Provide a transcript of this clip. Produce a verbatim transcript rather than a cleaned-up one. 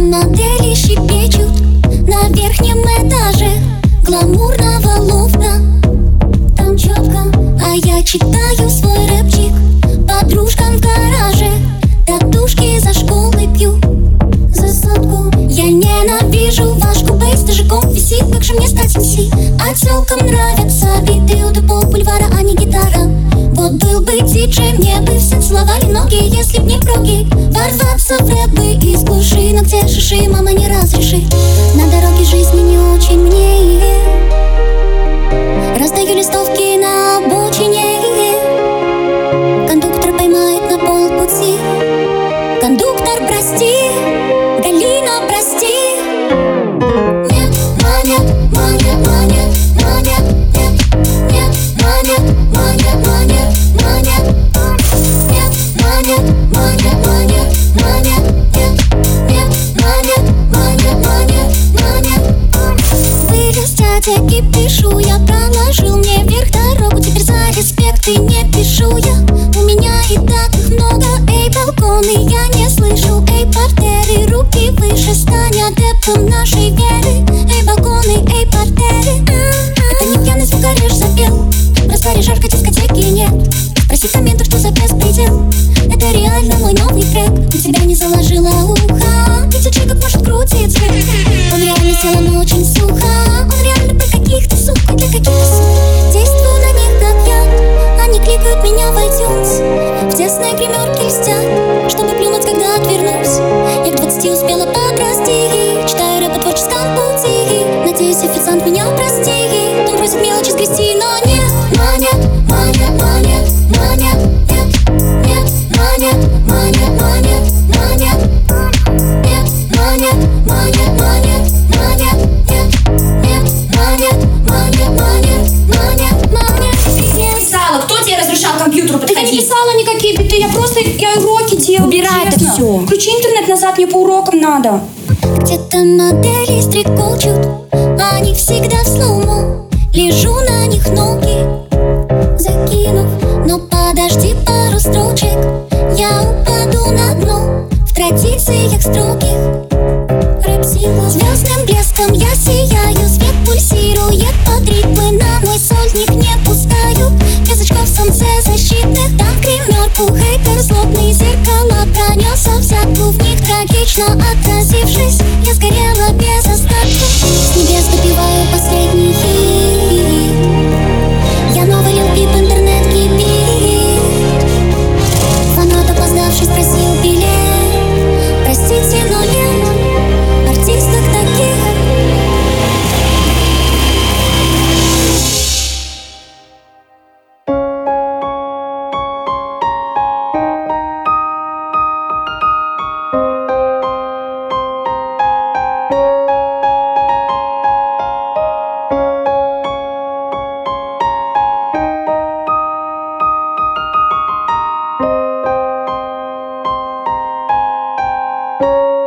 модели щебечут на верхнем этаже гламурного лофта. Там четко, а я читаю свой рэпчик подружкам в гараже. Татушки за школой пью за сотку. Я ненавижу ваш кубейс, даже комп висит, как же мне стать эм си. А тёлкам нравятся биты у Депо бульвара, а не гитара. Вот был бы диджей, мне бы все целовали ноги, если б не проги. Ворваться в рэп бы из глуши, но где шиши, мама не разрешит. На дороге жизни не очень мне. Раздаю листовки на обочине. Кондуктор поймает на полпути. Кондуктор, прости, Галина, прости. Нет, манят, манят, манят, манят. Нет, нет, манят, манят, манят, манят. Нет, манят, манят, манят, манят. Нет, нет, манят, манят, манят, манят. Вылез дядя и пишу я, проложил мне вверх дорогу. Теперь за респекты не пишу я, у меня и так их много. Эй, балконы, я не слышу. Эй, портеры, руки выше, стань адептом нашей веры. Эй, балконы, эй, портеры. Это не пьяный звукорежь запел, в разгаре жаркой дискотеки нет. Спроси комменту, что за беспредел. Это реально мой новый трек. У тебя не заложило ухо, диджей как может крутить. Он реально сделал, но очень сухо. Он реально про каких-то сук, для каких-то сук. Действую на них как я, они кликают меня в iTunes. В тесной гримерке льстят, чтобы плюнуть, когда отвернусь. Я к двадцати успела подрасти, читаю рэп о творческом пути. Надеюсь, официант меня простит. Он просит мелочи сгрести, но нет. Манят, манят, манят, манят. Нет, нет, манят, манят, манят, манят. Нет, манят, манят, манят, манят. Нет, нет, манят, манят, манят, манят, манят. Писала, кто тебе разрешал к компьютеру подходить? Да я не писала никакие биты, я просто, я уроки делаю. Убирай это честно. все. Включи интернет назад, мне по урокам надо. Где-то модели стрекочут, они всегда в слоумо. Лежу на них ноги закинув, но подожди пару строчек, я упаду на дно в традициях строгих. Рэп-сила звездным блеском я сияю, свет пульсирует под ритмы, на мой сольник не пускают. Без очков солнцезащитных, там гримерку хейтер злобный, зеркала пронесся взятку, в них трагично отразившись, я сгорела без остатка. С небес допиваю последний хит, я новый Лил Пип, интернет кипит. Фанат, опоздавший, спросил билет. Простите, но нет артисток таких. you